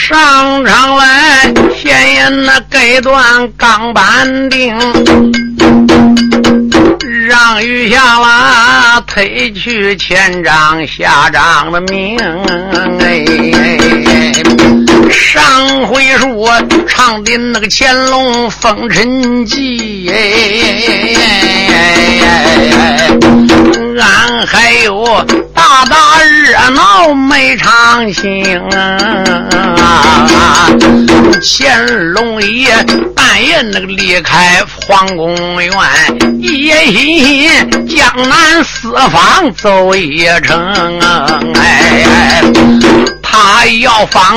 上场来先人那给段钢板钉，让余下了推去前章下章的命。上回书唱的那个乾隆封神记，俺还有大大热闹没唱清啊！乾隆爷半夜那个离开皇宫院，夜心江南四方走一程，他要访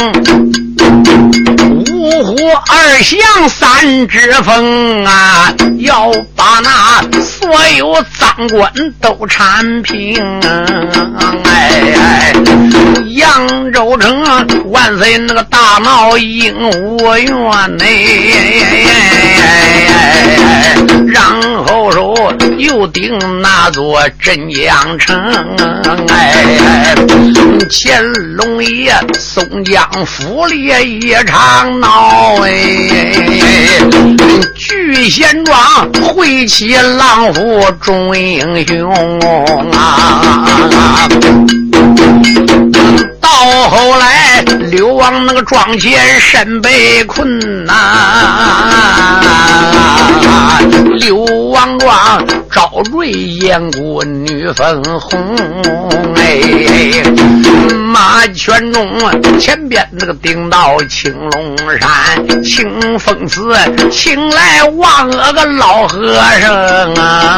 五湖二相三支峰啊，要把那所有赃官都铲平。扬州城万岁那个大闹鹦鹉园然后说又定那座镇江城。乾隆爷松江府里一场闹聚贤庄会起狼虎众英雄啊！到后来流亡那个庄前甚被困流亡庄赵瑞燕国女粉红马全中前边那个顶到青龙山，清风寺请来万恶个老和尚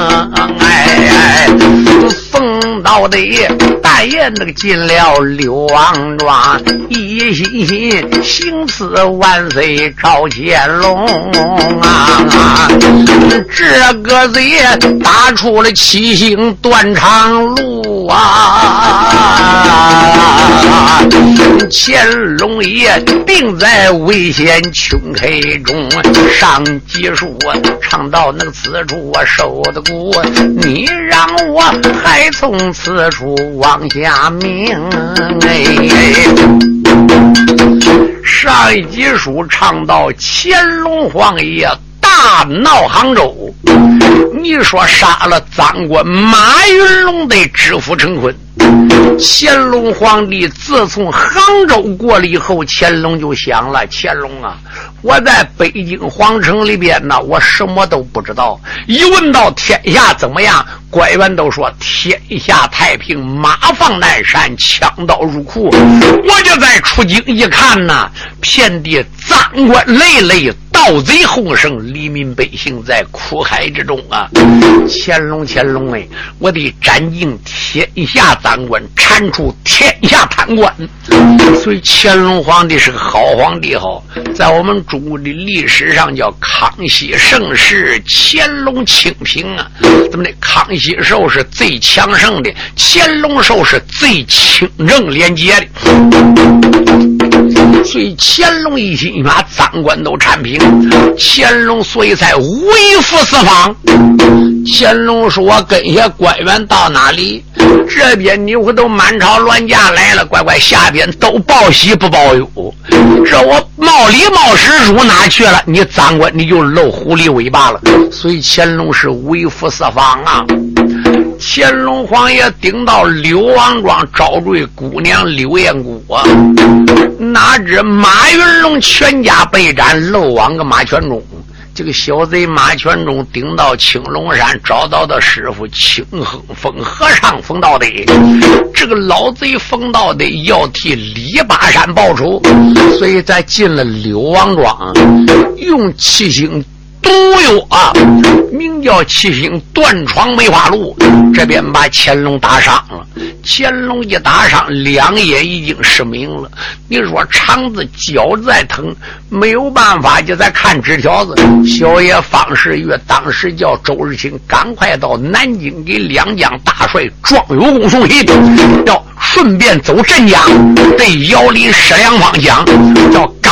奉到的半夜那个进了流亡庄，一心心行刺万岁赵乾隆这个贼打出了七星断肠路乾隆爷定在危险穷黑中，上级数唱到那个此处受的苦，你让我还从此处往下命上一集书唱到乾隆皇爷大闹杭州，你说杀了赃官马云龙得知府陈坤。乾隆皇帝自从杭州过了以后，乾隆就想了，乾隆啊，我在北京皇城里边呢，我什么都不知道，一问到天下怎么样，官员都说天下太平，马放南山，枪刀入库，我就在出京一看呢，遍地赃官累累，盗贼横生，黎民百姓在苦海之中啊！乾隆哎，我得斩尽天下赃官，铲除天下贪官。所以乾隆皇帝是个好皇帝在我们中国的历史上叫康熙盛世，乾隆清平啊。怎么的？康熙时候是最强盛的，乾隆时候是最清正廉洁的。所以乾隆一心把赃官都铲平，乾隆所以才微服四方。乾隆说我跟些官员到哪里，这边你会都满朝銮驾来了，乖乖下边都报喜不报忧，这我冒礼冒史书哪去了，你赃官你就露狐狸尾巴了。所以乾隆是微服四方啊。乾隆皇爷顶到柳王庄招赘姑娘柳燕姑哪知马云龙全家被斩，漏网个马全忠。这个小贼马全忠顶到青龙山，找到的师傅清风和尚冯道德，这个老贼冯道德要替李巴山报仇，所以在进了柳王庄，用七星毒药名叫七星断闯梅花鹿，这边把乾隆打伤了。乾隆一打伤，两眼已经失明了。你说肠子脚在疼，没有办法，就在看纸条子。小爷方世玉当时叫周日清赶快到南京给两江大帅庄有功送信，要顺便走镇江，对姚林施良方讲，要赶快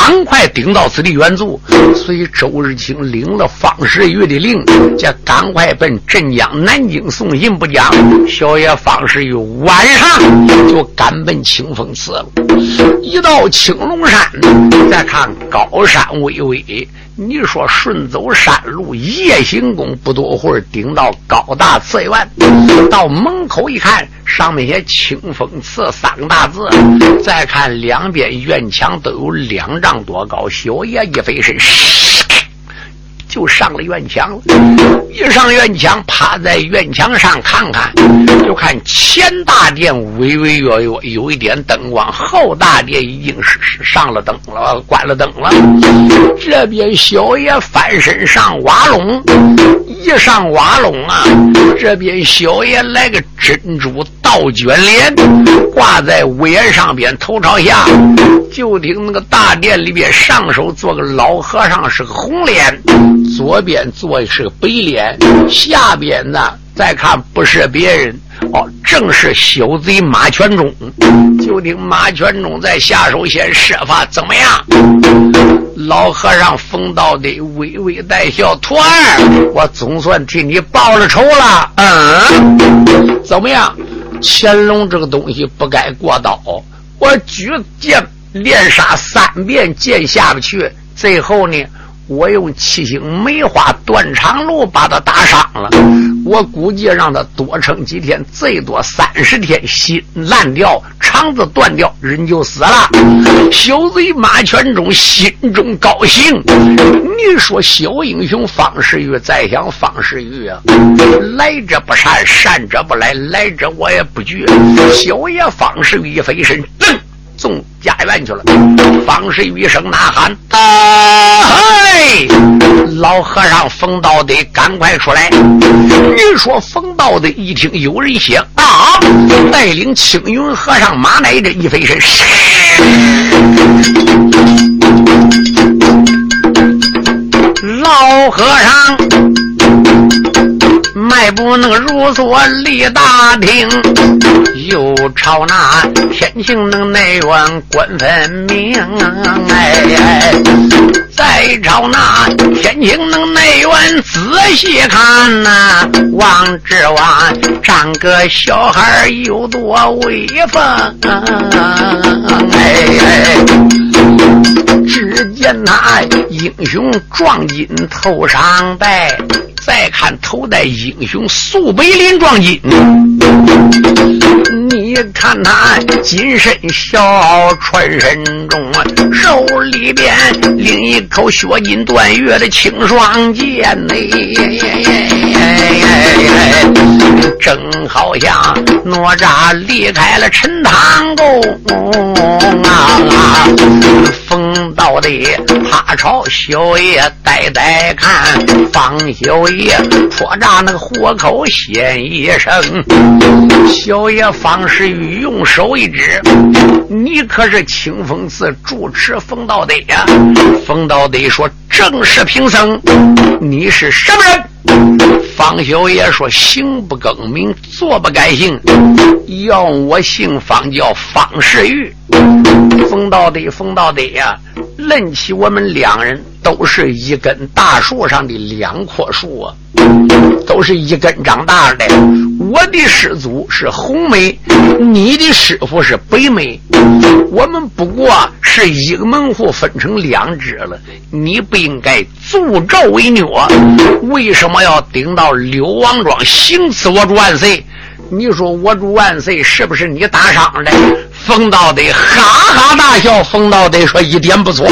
再顶到此地援助。所以周日清领了方世玉的令，叫赶快奔镇江南京送信不讲。小爷方世玉晚上就赶奔清风寺了。一到青龙山，再看高山巍巍，你说顺走山路夜行宫，不多会儿顶到高大寺院，到门口一看，上面写清风寺3个大字，再看两边院墙都有2丈多高，小爷一飞身就上了院墙了。一上院墙，趴在院墙上看看，就看前大殿微微约约有一点灯光，后大殿已经是上了灯了，关了灯了。这边小爷翻身上瓦笼，一上瓦笼啊，这边小爷来个珍珠倒卷帘，挂在屋檐上边，头朝下。就听那个大殿里边，上手坐个老和尚，是个红脸，左边坐是个白脸，下边呢再看不是别人正是小贼马全忠。就听马全忠在下手先设法，怎么样？老和尚冯道的微微带笑，徒儿，我总算替你报了仇了。怎么样？乾隆这个东西不该过刀，我举剑连杀3遍，剑下不去，最后呢我用七星梅花断肠路把他打伤了。我估计让他多撑几天，最多30天，心烂掉，肠子断掉，人就死了。小贼马全忠心中高兴。你说小英雄方世玉，再想方世玉啊，来者不善，善者不来，来者我也不惧。小爷方世玉一飞身，送家园去了。方世玉一声呐喊，嘿！老和尚冯道得赶快出来。你说冯道得一听有人写啊，带领青云和尚马乃真一飞身，老和尚迈步那个如所立大厅，又朝那天庆那内院官分明，再朝那天庆那内院仔细看呐，望之望站个小孩有多威风，只见他英雄壮金头上戴，再看头戴英雄素白绫壮金，你看他金身小袄穿身中，手里边另一口血金断月的青双剑正好像哪吒离开了陈塘宫啊。冯道的他朝小爷呆呆看，方小爷破炸那个火口先一声，小爷方世玉用手一指，你可是清风寺住持冯道德呀？冯道德说正是贫僧。你是什么人？方小爷说行不更名，坐不改姓，要我姓方叫方世玉。冯道德呀，论起我们两人都是一根大树上的2棵树啊，都是一根长大的。我的师祖是红梅，你的师傅是白梅，我们不过是一个门户分成2支了，你不应该助纣为虐，为什么要顶到柳王庄行刺我主万岁？你说我主万岁是不是你打伤的？冯道德哈哈大笑。冯道德说一点不错。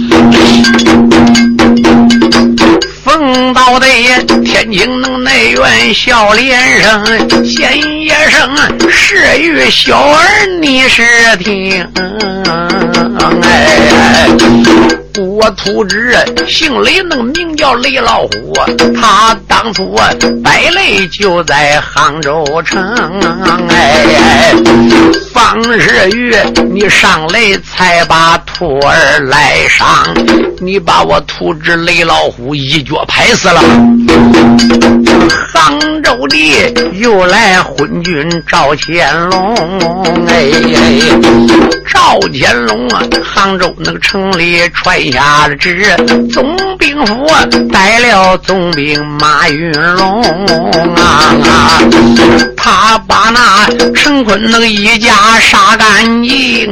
冯道德天津能内院笑脸声，闲夜声是与小儿你是听。我徒侄姓雷，那个名叫雷老虎，他当初败类就在杭州城。方世玉，你上来才把徒儿来伤，你把我徒侄雷老虎一脚拍死了。杭州的又来昏君赵乾隆，赵乾隆啊，杭州那个城里传下下了旨，总兵府带了总兵马云龙啊，他把那陈坤那个一家杀干净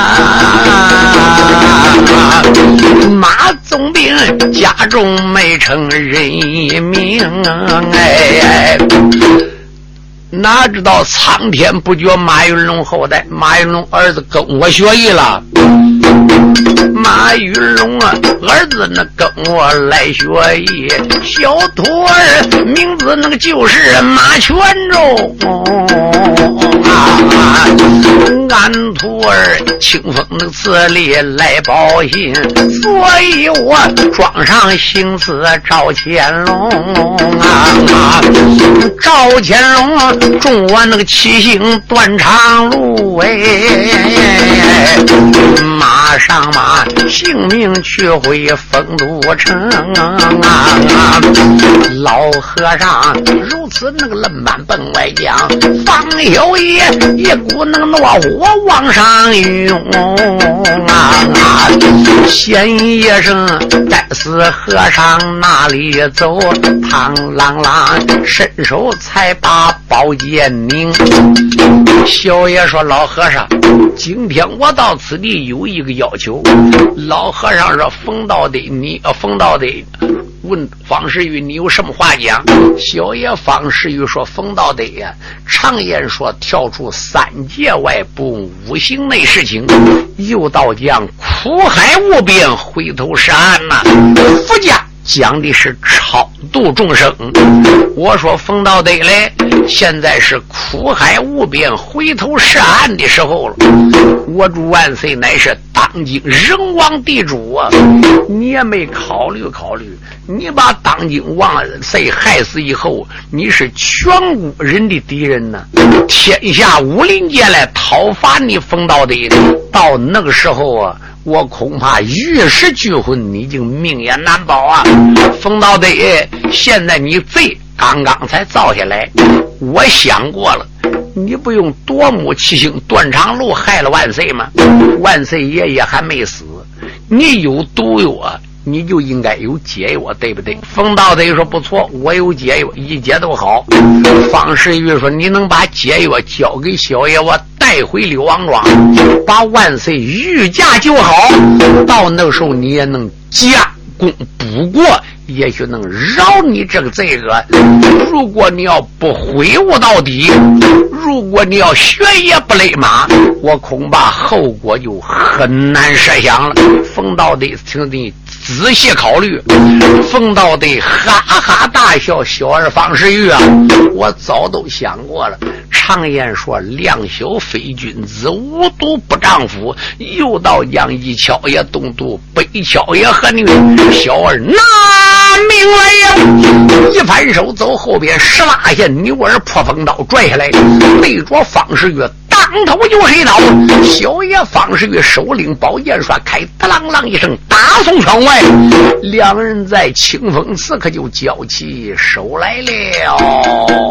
啊，马总兵家中没成人一命，哎，哪知道苍天不绝马云龙后代，马云龙儿子跟我学艺了。马云龙啊，儿子那跟我来学艺，小徒儿名字那个就是马全忠啊，俺徒儿清风那个词里来报信，所以我装上姓字赵乾隆啊，赵乾隆中我那个七星断肠路哎，马上马性命去回丰都城啊，老和尚如此那个愣板奔外将，方有一股那个怒火往上涌啊，先夜生该死和尚哪里走，螳螂螂伸手才把宝剑拧。小爷说老和尚，今天我到此地有一个要求。老和尚说冯道德，冯道德问方世玉你有什么话讲？小爷方世玉说冯道德呀，常言说跳出三界外不五行内事情，又道讲苦海无边回头是岸呐，佛家讲的是超度众生。我说冯道德嘞，现在是苦海无边回头是岸的时候了，我主万岁乃是当今人王地主啊，你也没考虑考虑，你把当今万岁害死以后，你是全国人的敌人呢，天下武林界来讨伐你冯道德，到那个时候啊，我恐怕玉石俱焚，你就命也难保啊。冯道德，现在你罪刚刚才造下来，我想过了，你不用夺目七星断肠路害了万岁吗？万岁爷爷还没死，你有毒药你就应该有解药，对不对？冯道德说不错，我有解药，一解都好。方世玉说你能把解药交给小爷，我带回柳王庄，把万岁御驾就好，到那个时候你也能加功补过，也许能饶你这个罪恶。如果你要不悔悟到底，如果你要学也不累马，我恐怕后果就很难设想了。冯道德请你仔细考虑。冯道德哈哈大笑，小儿方世玉啊，我早都想过了。常言说量小非君子，无毒不丈夫，又道讲一敲也动毒，北敲也和你小儿拿命来呀！一反手走后边十拉下牛耳破风刀拽下来，对着方世玉当头就是一刀。小爷方世玉手领宝剑刷开，当啷啷一声打送窗外，两人在清风寺可就交起手来了。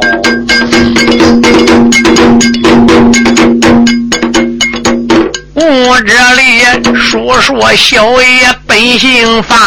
我这里说说小爷本姓方，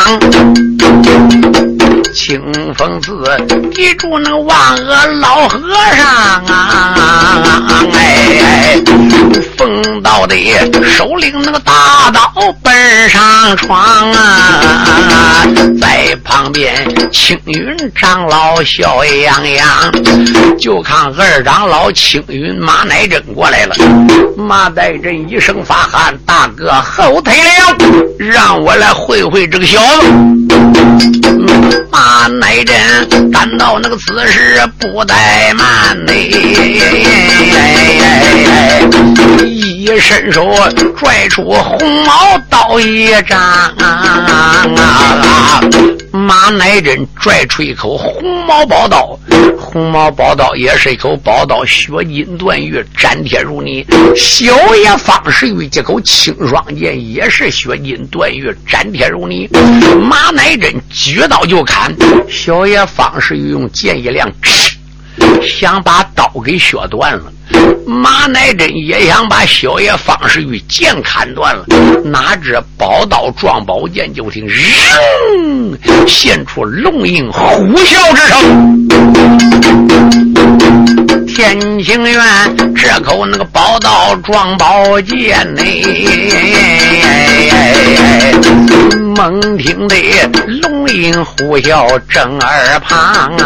清风寺记住那望额老和尚啊，哎，冯道德手领那个大刀奔上床啊，在旁边青云长老笑洋洋，就看二长老青云马乃真过来了。马乃真一声发喊：大哥后退了，让我来会会这个小子。马乃真感到那个此事不怠慢呢，一伸手拽出红毛刀一张马乃真拽出一口红毛宝刀，红毛宝刀也是一口宝刀，血金断玉，斩铁如泥。小爷方世玉这口青霜剑也是血金断玉，斩铁如泥。马乃真举刀就砍，小爷方世玉用剑一亮，想把刀给削断了。 马乃真也想把小爷方世玉剑砍断了，哪知宝刀撞宝剑，就听扔现出龙吟呼啸之声。天清院这口那个宝刀撞宝剑猛听得龙吟呼啸正耳旁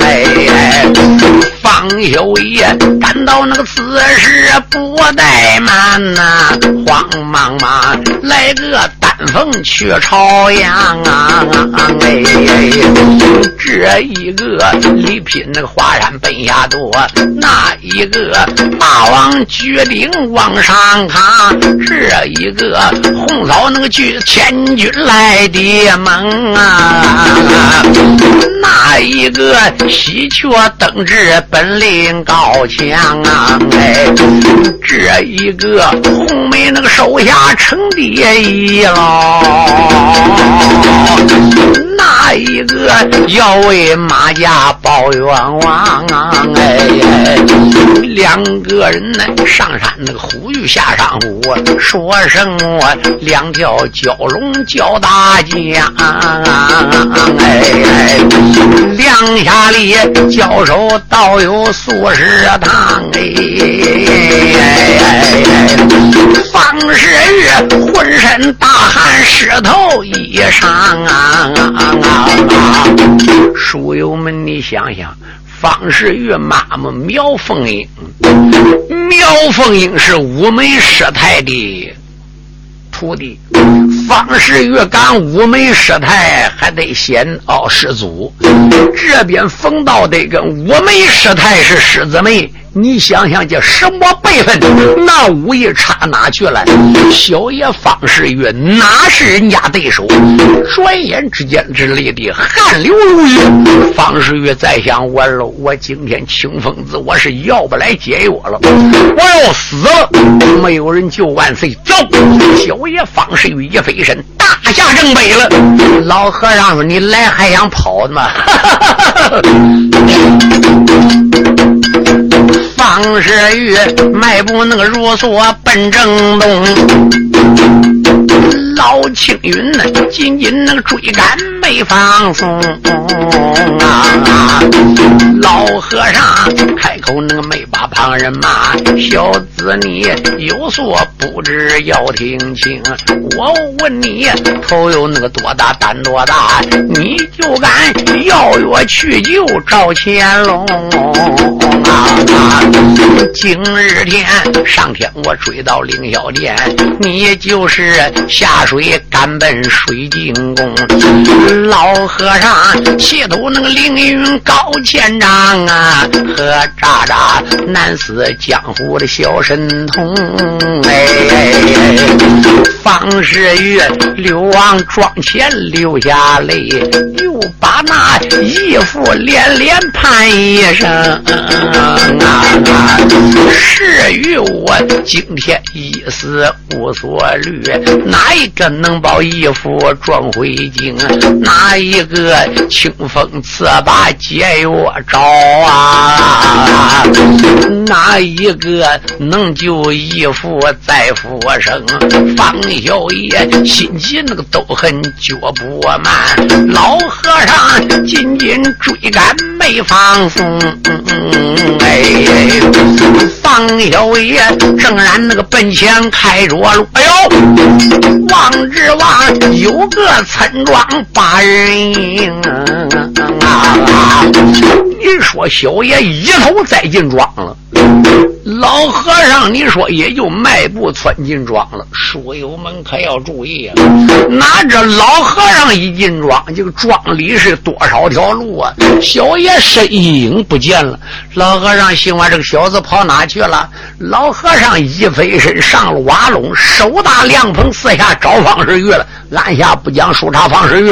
方小爷感到那个此时不怠慢慌忙忙来个丹凤去朝阳这一个李品那个华山奔下多，那一个霸王举鼎往上扛，这一个红嫂那个千军来的猛那一个喜鹊登至本领高强这一个红梅那个手下成蝶衣喽，那一个要为马家报冤枉两个人呢上山那个虎玉下上虎，说什么两条蛟龙叫大将两下里交手倒有数十趟方世玉浑身大汗湿透衣裳书友们你想想，方世玉妈妈苗凤英，苗凤英是五梅师太的徒弟，方世玉赶五梅师太还得先师祖，这边冯道得跟五梅师太是师姊妹，你想想这什么辈分，那武艺差哪去了？小爷方世玉哪是人家对手？转眼之间之类的汗流如雨。方世玉再想完了，我今天清风子我是要不来解药了，我要死了，没有人救万岁。走！小爷方世玉一飞身大下正北了。老和尚说你来还想跑吗？方世玉迈步那个如梭奔正东，老青云呢紧紧那个追赶没放松老和尚开口那个没把旁人骂，小子你有所不知要听清，我问你头有那个多大胆多大，你就敢要约去救赵乾隆今日天上天我追到凌霄殿，你就是下水赶奔水晶宫，老和尚企图那个凌云高千丈和渣渣难死江湖的小神童方世玉流亡庄前流下泪，又把那义父连连盼一声是与我今天一死无所虑，哪一个能保义父转回京，哪一个清风刺把解药招哪一个能救义父再复生，方小爷心急那个都很脚不慢，老和尚紧紧追赶没放松方小爷正然那个奔前开着路，哎呦望之望有个村庄把人迎你说小爷一头栽进庄了，老和尚你说也就迈步窜进庄了，书友们可要注意拿着老和尚一进庄，这个庄里是多少条路小爷身影不见了，老和尚心话这个小子跑哪去了？老和尚一飞身上了瓦笼，手打凉棚四下找方世玉了，按下不讲书查方世玉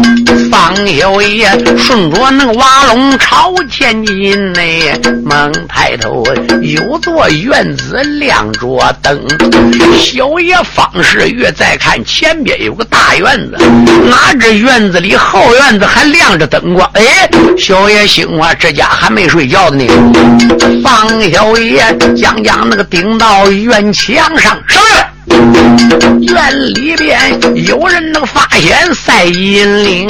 方小爷顺着那个瓦笼朝前进猛抬头，有座院子亮着灯。小爷方世玉再看前边有个大院子，哪知院子里后院子还亮着灯光。哎，小爷心话，这家还没睡觉的呢。方小爷将那个顶到院墙上，是院里边有人能发现赛银铃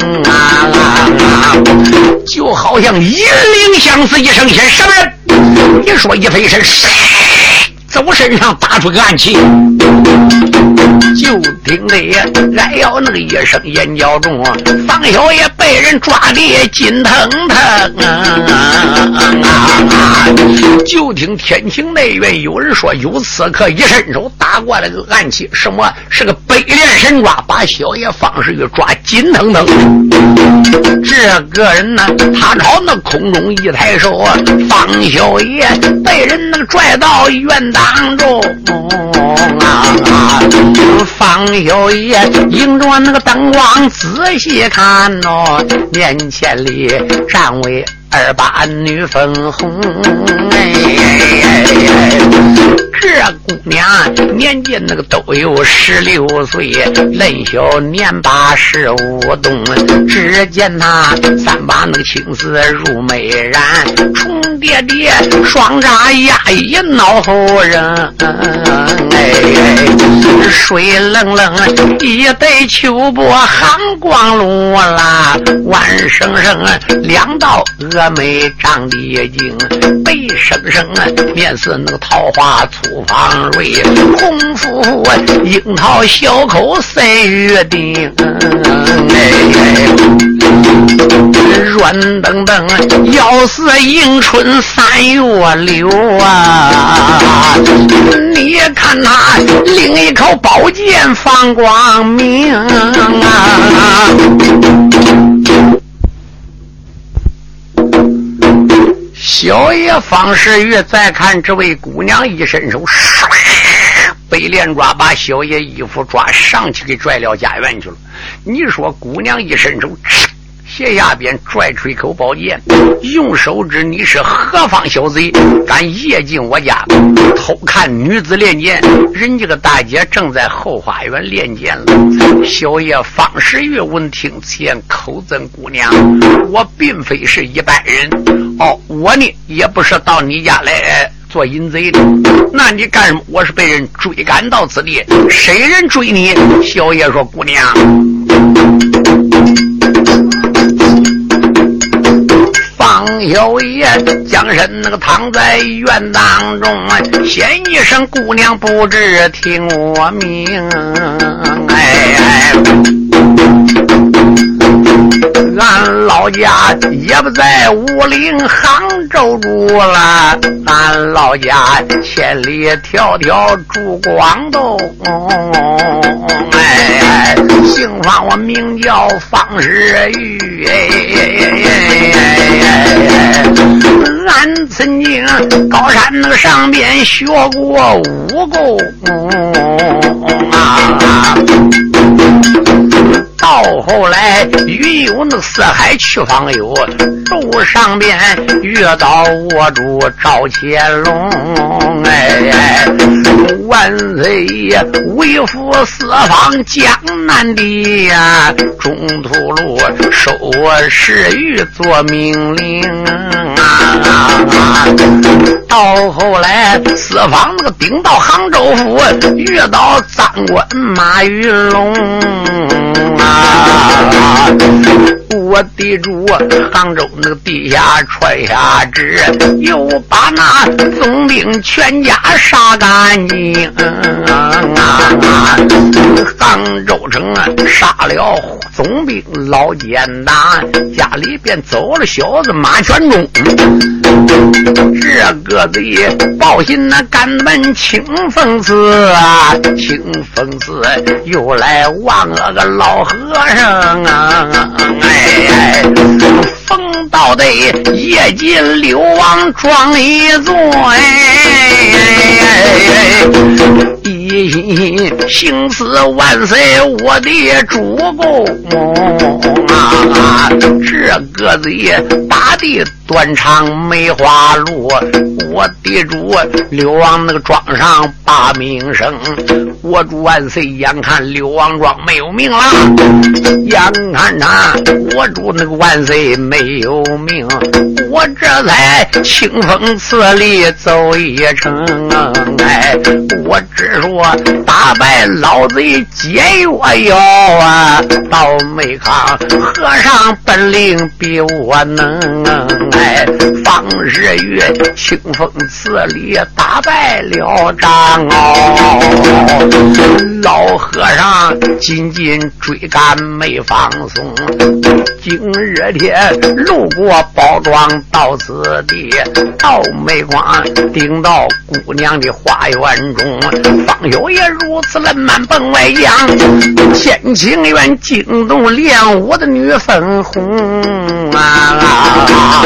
就好像银铃相似一声响，什么人？一说一飞身，走身上打出个暗器，就听得哎呦那个一声眼角中，方小爷被人抓的筋腾腾就听天庭内院有人说，有刺客一伸手打过来个暗器，什么是个北连神抓，把小爷方世玉抓筋腾腾。这个人呢，他朝那空中一抬手，方小爷被人那个拽到院当中方小爷迎着那个灯光仔细看哦，面前里站位二把女粉红这姑娘年纪那个都有16岁，嫩小年把15冬。只见她三把那个青丝入眉染，重叠叠双扎压一脑后人。水冷冷一对秋波寒光露啦，弯生生两道峨眉长地精，背生生面似那个桃花粗方蕊，红肤樱桃小口塞玉丁，软登登要似迎春3月柳啊！你看他另一口宝剑放光明啊！小爷方世玉再看这位姑娘一伸手，被连抓把小爷衣服抓上去给拽了家园去了。你说姑娘一伸手斜下边拽出一口宝剑，用手指你是何方小贼，敢夜进我家偷看女子练剑？人家个大姐正在后花园练剑了。小爷方世玉闻听此言，口赠姑娘，我并非是一般人哦，我呢也不是到你家来做淫贼的，那你干什么？我是被人追赶到此地，谁人追你？小爷说，姑娘，方小爷将身那个躺在院当中，先一声姑娘不知听我名，俺老家也不在武陵杭州住了，俺老家千里迢迢住广东，姓方我名叫方世玉，俺曾经高山那个上边学过武功到后来云游那四海去访游，路上边遇到我主赵乾隆，万岁爷为父四方江南地呀，中途路收我世玉做命令到后来四方那个顶到杭州府，遇到赃官马云龙我地主杭州那个地下传下旨，又把那总兵全家杀干净杭州城杀了总兵老奸党，家里边走了小子马全忠，这个贼报信那赶奔清风寺啊，清风寺又来望了个老和尚风到得夜进流亡庄一座一心行死万岁我的主公啊，这个子也打的断肠梅花鹿，我的主刘王那个庄上把名声，我主万岁眼看刘王庄没有命了，眼看他我主那个万岁没有命，我这才清风刺里走一程，哎，我只说打败老贼解药药啊，到没康和尚本领比我能，哎，方世玉清风刺里打败了张敖，老和尚紧紧追赶没放松，今日天路过包庄到此地，到没光顶到姑娘的花园中，方有也如此冷满本外将，天情愿惊动练武的女粉红啊！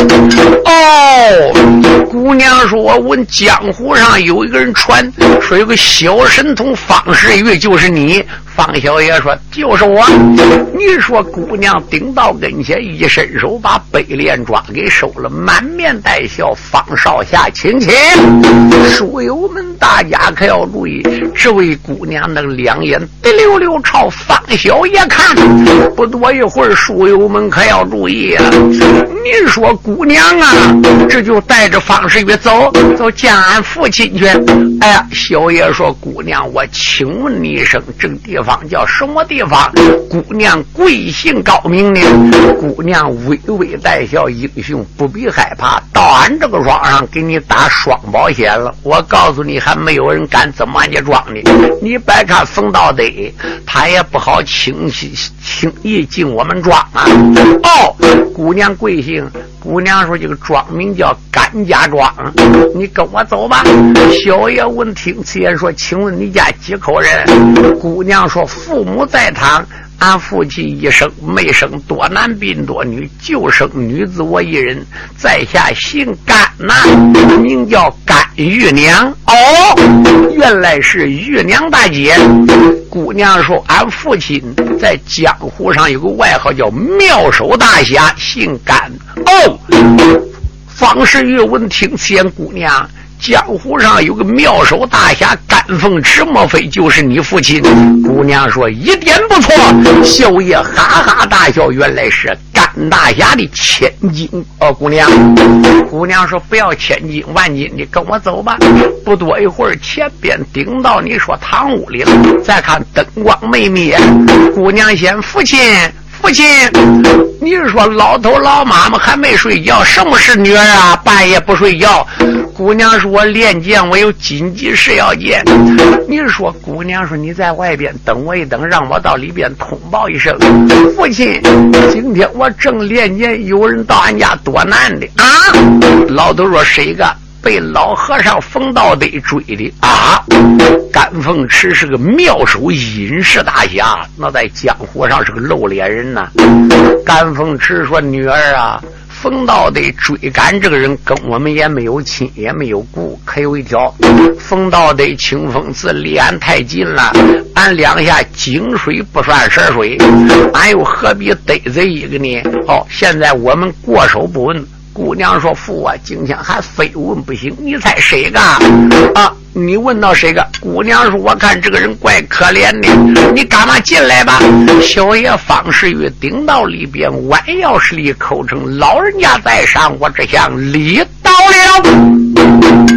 哦，姑娘说，我问江湖上有一个人传说有个小神童方世玉就是你。方小爷说就是我。你说姑娘顶到跟前一伸手把北莲抓给收了，满面带笑，方少侠请起。书友们大家可要注意，这位姑娘那两眼滴溜溜朝方小爷看，不多一会儿书友们可要注意啊。你说姑娘啊，这就带着方世玉走见俺父亲去。哎呀，小爷说姑娘，我请问你一声，这个地方叫什么地方？姑娘贵姓高明呢？姑娘微微带笑，英雄不必害怕，到俺这个庄上给你打双保险了。我告诉你，还没有人敢怎么俺家庄的。你别看冯道德，他也不好轻易进我们庄啊。哦，姑娘贵姓？姑娘说这个庄名叫甘家庄，你跟我走吧。小爷问听此言说，请问你家几口人？姑娘说父母在堂，俺父亲一生没生多男并多女，就生女子我一人，在下姓甘呐，名叫甘玉娘。哦，原来是玉娘大姐。姑娘说俺父亲在江湖上有个外号叫妙手大侠，姓甘。哦，方世玉闻听此言，姑娘，江湖上有个妙手大侠甘凤池，莫非就是你父亲？姑娘说一点不错。小爷哈哈大笑，原来是甘大侠的千金。哦，姑娘说不要千金万金的，跟我走吧。不多一会儿，前边顶到你说堂屋里了，再看灯光没灭，姑娘先父亲，你是说老头老妈妈还没睡觉？什么是女儿啊？半夜不睡觉？姑娘说我练剑，我有紧急事要见。你是说姑娘说你在外边等我一等，让我到里边通报一声。父亲，今天我正练剑，有人到俺家躲难的啊！老头说谁个？被老和尚冯道德追的啊！甘凤池是个妙手隐士大侠，那在江湖上是个露脸人呐。甘凤池说女儿啊，冯道德追赶这个人跟我们也没有亲也没有故，可有一条，冯道德清风寺离俺太近了，俺两下井水不算蛇水，俺又何必得罪一个呢？哦，现在我们过手不稳。姑娘说父啊，今天还非问不行，你猜谁个啊？你问到谁个？姑娘说我看这个人怪可怜的，你干嘛进来吧？小爷方世玉顶到里边，弯腰施礼口称老人家在上，我这厢礼到了。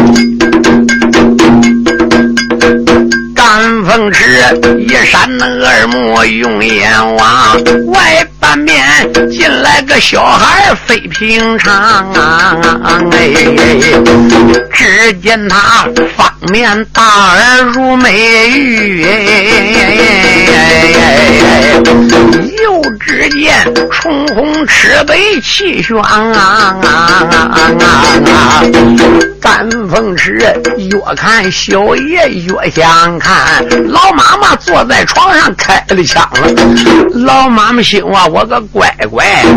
甘凤池一闪耳目用眼望，外半边进来个小孩非平常哎，只见他方面大耳如美玉又只见冲红赤背气轩甘凤池越看小爷越想看，老妈妈坐在床上开了枪了。老妈妈心话，我个乖乖，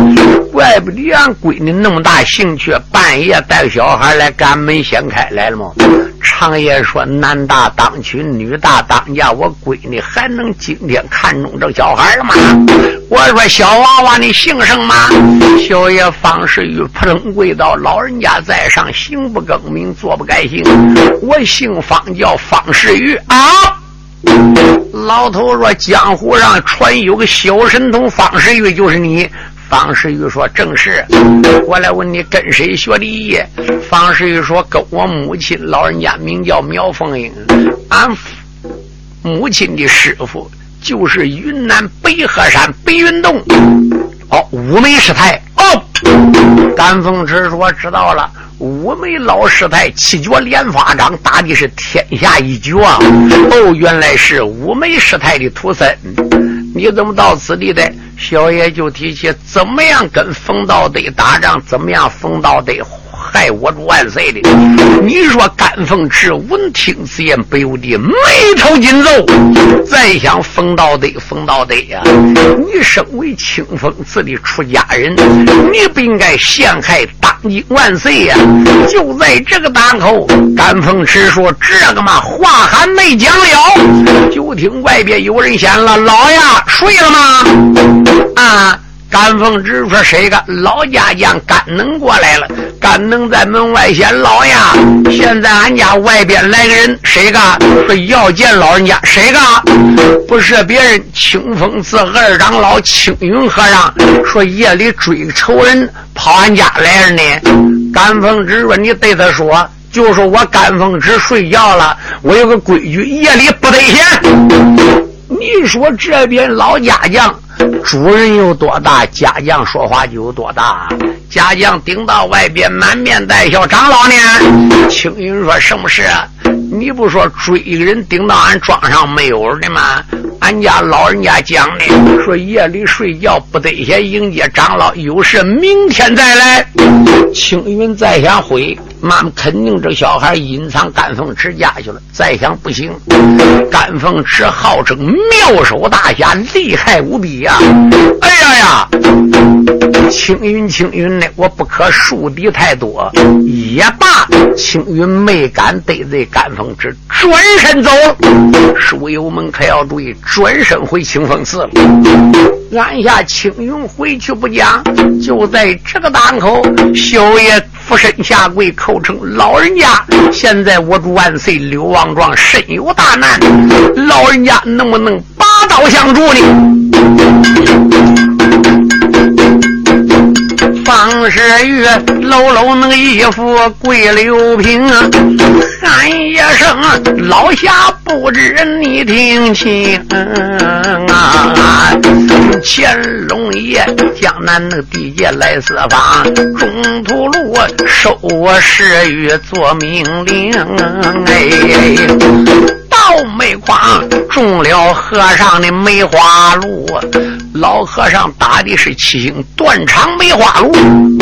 怪不得俺闺女那么大兴趣，半夜带小孩来赶门掀开来了吗？常爷说男大当娶，女大当嫁，我闺女还能今天看中这小孩吗？我说小娃娃你姓甚吗？小爷方世玉扑棱跪倒，老人家在上，行不更名，坐不改姓，我姓方，叫方世玉啊。老头说江湖上传有个小神童方世玉，就是你。方世玉说正是。我来问你跟谁学的艺？方世玉说跟我母亲，老人家名叫苗凤英，俺母亲的师傅就是云南北河山北云洞五眉师太。甘凤池说知道了，五眉老师太七脚连发掌，打的是天下一绝啊！原来是五眉师太的徒孙。你怎么到此地的？小爷就提起怎么样跟冯道德打仗，怎么样冯道德害我主万岁的。你说甘凤池闻听此言，不由得眉头紧皱。再想冯道德呀，你身为清风寺的出家人，你不应该陷害当今万岁呀！就在这个当口，甘凤池说这个嘛话还没讲了，就听外边有人喊了：老呀，睡了吗？甘凤池说谁个？老家将甘能过来了。甘能在门外喊老呀，现在俺家外边来个人，谁个？说要见老人家，谁个？不是别人，清风寺二长老青云和尚，说夜里追仇人跑俺家来了呢。甘凤池说你对他说，就说我甘凤池睡觉了，我有个规矩，夜里不得闲。你说这边老家将主人有多大，家将说话就有多大。家将顶到外边满面带笑，长老呢？青云说什么事啊？你不说追一个人顶到俺庄上没有的吗？俺家老人家讲的，说夜里睡觉不得先迎接长老，有事明天再来。青云再想回，妈妈肯定这小孩隐藏甘凤池家去了。再想不行，甘凤池号称妙手大侠，厉害无比呀！哎呀，青云呢，我不可树敌太多，也罢。青云没敢得罪甘凤池，转身走。书友们可要注意，转身回清风寺了。按下青云回去不讲，就在这个当口，小爷俯身下跪，口称老人家，现在我主万岁刘王庄身有大难，老人家能不能拔刀相助呢？方世玉搂搂那个衣服跪六平，喊一声老侠不知你听清乾隆爷江南那个地界来四方，中途路收我世玉做命令。到煤矿中了和尚的梅花鹿，老和尚打的是七星断肠梅花鹿。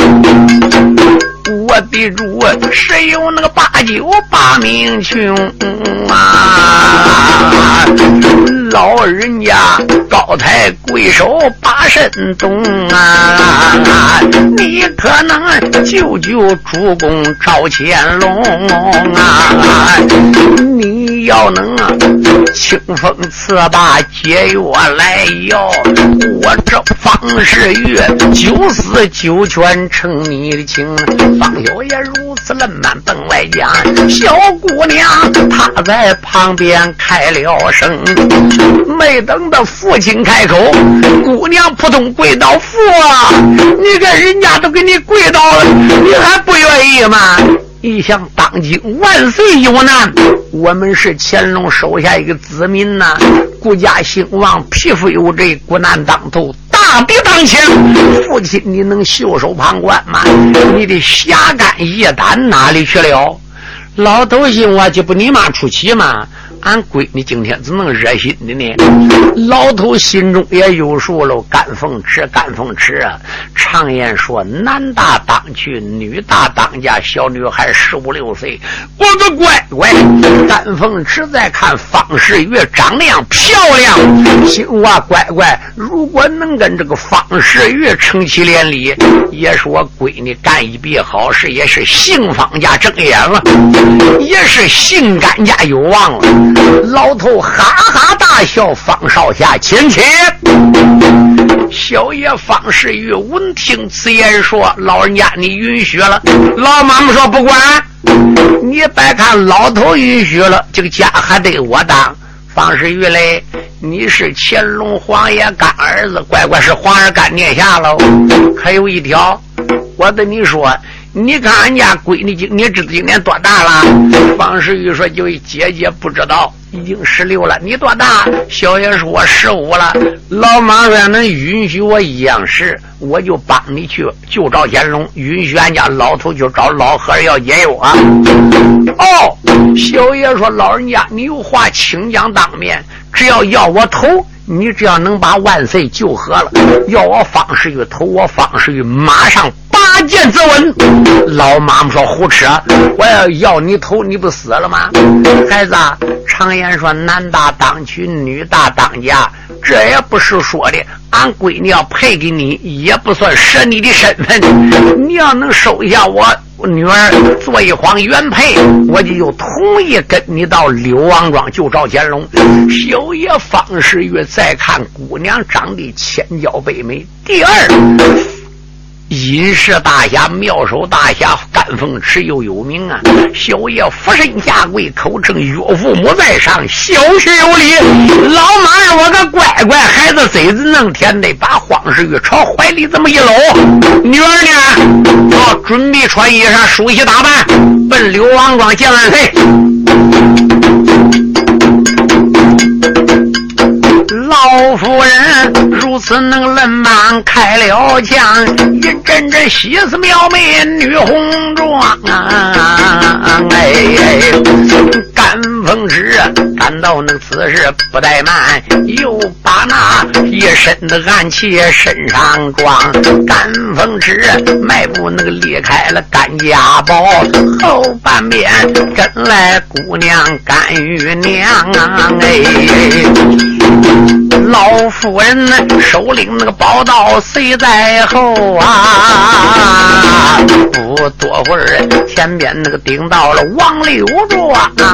我的主谁有那个898命穷啊！老人家高抬贵手把身动啊！你可能救主公赵乾隆啊！你要能清风刺把解药来要，我这方世玉9死9全成你的情。方小爷如此冷慢奔外讲，小姑娘她在旁边开了声，没等到父亲开口，姑娘扑通跪倒，父啊，你看人家都给你跪倒了，你还不愿意吗？一想当今万岁有难，我们是乾隆手下一个子民呐，国家兴亡，匹夫有罪，国难当头，大敌当前，父亲你能袖手旁观吗？你的侠肝义胆哪里去了？老头心我就不你妈出气嘛， 俺闺女今天怎能热心的呢？老头心中也有数了。干凤池啊！常言说，男大当娶，女大当嫁。小女孩15、16岁，我个乖乖！干凤池在看方世玉长那样漂亮，心话乖乖，如果能跟这个方世玉成其连理，也是我闺女干一笔好事，也是姓方家睁眼了，也是姓甘家有望了。老头哈哈大笑，方少侠亲切。小爷方世玉闻听此言说：“老人家，你允许了。”老妈妈说：“不管，你别看老头允许了，这个家还得我当。”方世玉嘞，你是乾隆皇爷干儿子，乖乖是皇儿干殿下喽。还有一条，我跟你说，你看俺家闺女你知道今年多大了？方世玉说：“就姐姐不知道，已经16了。你多大？”小爷说：“我15了。”老妈说：“能允许我一样事，我就帮你去就找乾隆，允许俺家老头就找老和尚要解忧啊。”哦，小爷说：“老人家，你有话请讲当面，只要我头，你只要能把万岁救活了，要我方世玉头，我方世玉马上拔剑自刎。”老妈妈说：“胡扯！我要你头，你不死了吗？”孩子，常言说男大当娶，女大当嫁，这也不是说的俺闺女要配给你，也不算舍你的身份。你要能收下我女儿做一皇原配，我就同意跟你到柳王庄就找乾隆。小爷方世玉再看姑娘长得千娇百美，第二隐士大侠妙手大侠干凤池又有名啊！小爷俯身下跪，口称岳父母在上，小婿有礼。老马让我个乖乖孩子嘴子弄甜的，把方世玉朝怀里这么一搂。女儿呢？准备穿衣裳，梳洗打扮，奔柳王庄见万岁。老夫人如此能冷慢开了枪，一阵阵喜思妙美女红妆啊！干风池感到那此事不怠慢，又把那一身的暗器身上装。干风池迈步那个离开了甘家堡，后半边跟来姑娘甘玉娘啊！老夫人手领那个宝刀随在后啊，不多会儿前边那个顶到了王六庄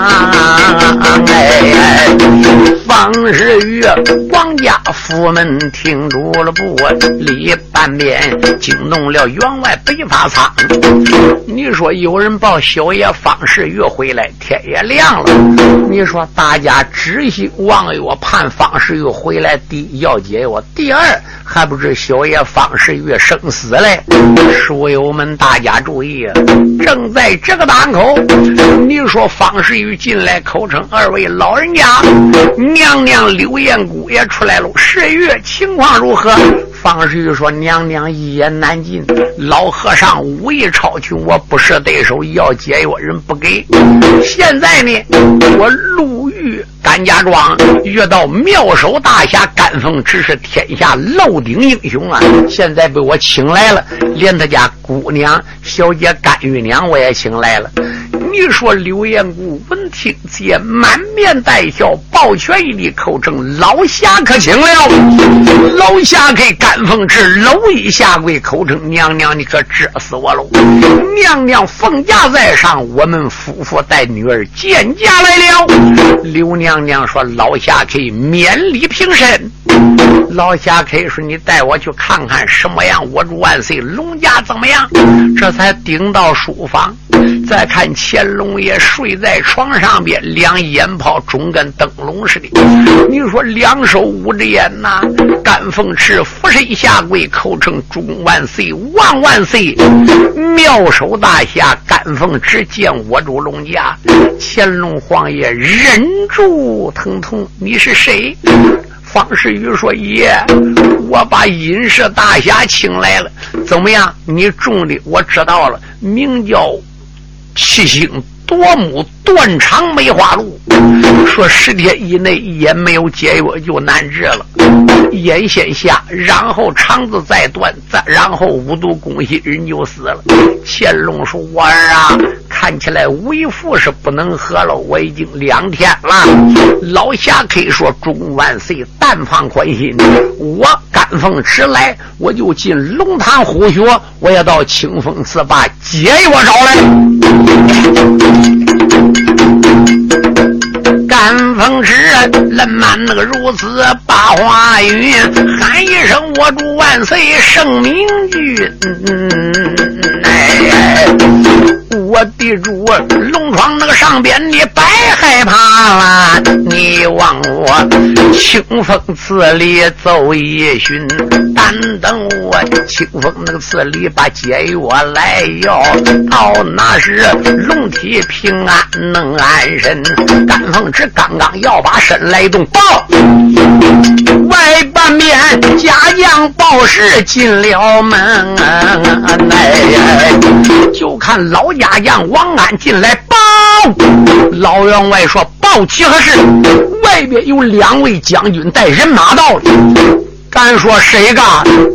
方世玉王家夫们听住了不离半边，惊动了员外北法仓。你说有人报小爷方世玉回来，天也亮了。你说大家只希望我盼方世玉回来，第一要解我，第二还不知小爷方世玉生死嘞。书友们大家注意啊，正在这个档口，你说方世玉进来口称：“二位老人家，娘娘刘彦姑也出来了，世玉情况如何？”方世玉说：“娘娘一言难尽，老和尚武艺超群，我不是对手，要解药人不给。现在呢，我路遇甘家庄，遇到妙手大侠甘凤池，是天下漏顶英雄啊！现在被我请来了，连他家姑娘小姐甘玉娘我也请来了。”你说刘彦姑闻听见满面带笑，抱拳一礼，口称：“老侠可请了。”老侠给甘凤池搂一下跪，口称：“娘娘你可折死我喽！娘娘凤驾在上，我们夫妇带女儿见驾来了。”刘娘娘说：“老侠可以免礼平身。”老侠可以说：“你带我去看看什么样？我主万岁，龙家怎么样？”这才顶到书房，再看乾隆爷睡在床上边，两眼泡肿跟灯笼似的。你说两手捂着眼呐，甘凤池俯身下跪，口称：“忠万岁，万万岁！”妙手大侠甘凤池见我主龙家，乾隆皇爷忍住疼痛：“你是谁？”方世玉说：“爷，我把隐士大侠请来了，怎么样？你中的我知道了，名叫七星夺目断肠梅花鹿，说10天以内也没有解药就难治了，眼先下，然后肠子再断，然后无毒攻心，人就死了。乾隆说：“我儿啊，看起来为父是不能喝了，我已经2天了。”老侠可以说：“中万岁，但放宽心，我甘凤池来，我就进龙潭虎穴，我也到清风寺把解药找来。”甘凤池人满那个如此把话语，喊一声：“我主万岁，圣明君！”我的主龙床那个上边你别害怕了，你往我清风寺里走一巡，但等我清风那个寺里把解药来要，到那时龙体平安能安身。甘凤池刚刚要把身来动，报外半面家将报事进了门，就看老家将王安进来报。老员外说：“报其何事？”外边有2位将军带人马到了。敢说谁个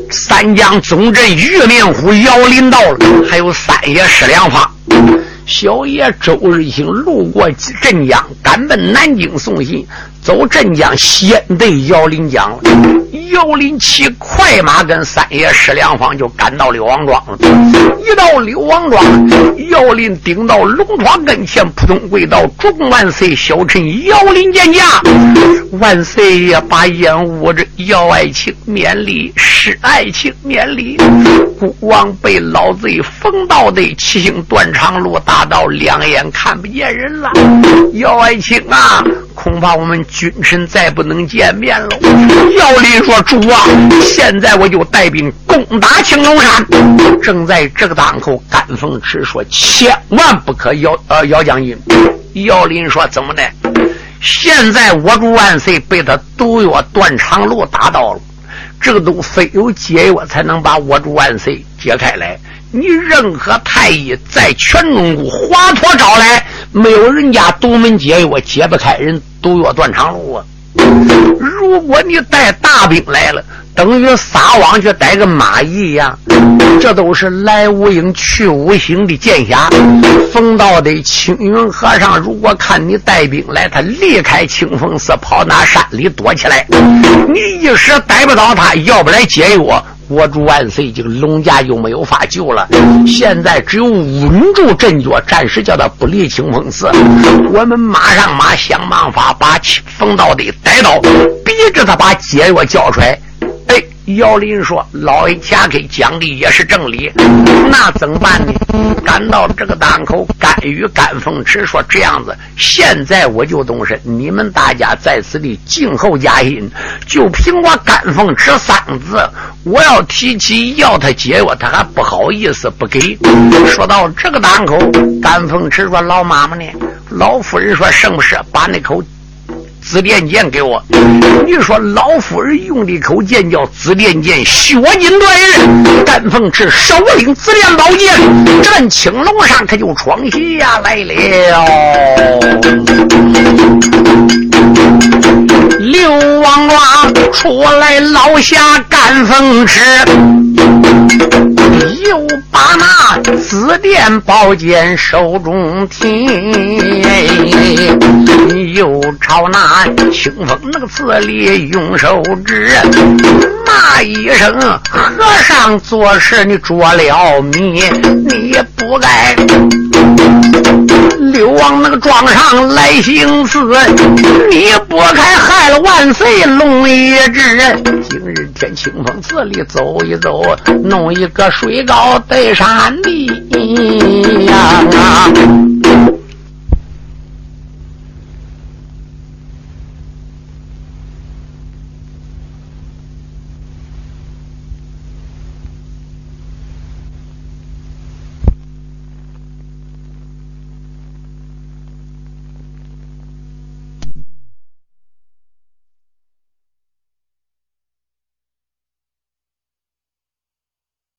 3将总镇岳面虎姚林到了，还有3爷石良方。小爷周日兴路过镇江，赶奔南京送信，走镇江先对姚林讲了。姚林骑快马跟3爷石良方就赶到柳王庄了。一到柳王庄，姚林顶到龙床跟前，扑通跪倒：“众万岁，小臣姚林见驾。”万岁也把眼捂着，姚爱卿免礼，是爱卿免礼。孤王被老贼封到的七星断肠路大道，两眼看不见人了。姚爱卿啊，恐怕我们君臣再不能见面了。姚林说：“主啊，现在我就带兵攻打青龙山。”正在这个当口，甘凤池说：“千万不可姚将军。”姚林说：“怎么的？现在我主万岁被他毒药断肠路打到了，这个都非有解药才能把我主万岁解开来。你任何太医在全中国华佗找来，没有人家独门解药解不开人毒药断肠路啊！如果你带大兵来了，等于撒网去逮个蚂蚁一样，这都是来无影去无形的剑侠。冯道的青云和尚如果看你带兵来，他离开清风寺跑那山里躲起来，你一时逮不到他，要不来解药，我主万岁这个龙家就没有法救了。现在只有稳住阵脚，暂时叫他不离清风寺。我们马上想办法把冯道的逮到，逼着他把解药交出来。姚林说：“老人家给讲的也是正理，那怎么办呢？”赶到这个当口，甘于甘凤池说：“这样子，现在我就动身，你们大家在此地静候佳音。就凭我甘凤池3字，我要提起要他解药，他还不好意思不给。”说到这个当口，甘凤池说：“老妈妈呢？”老夫人说：“什么事？把那口紫电剑给我。”你说老夫人用的一口剑叫紫电剑，血金断日。甘凤池手领紫电宝剑，战青龙上他就闯下来了。刘王庄出来老下甘凤池，又把那紫电宝剑手中提，又朝那清风那个寺里用手指，骂一声：“和尚做事你捉了迷，你不该流往那个庄上来行刺，你不该害了万岁龙一之。今日天清风寺里走一走，弄一个水高对山地呀。”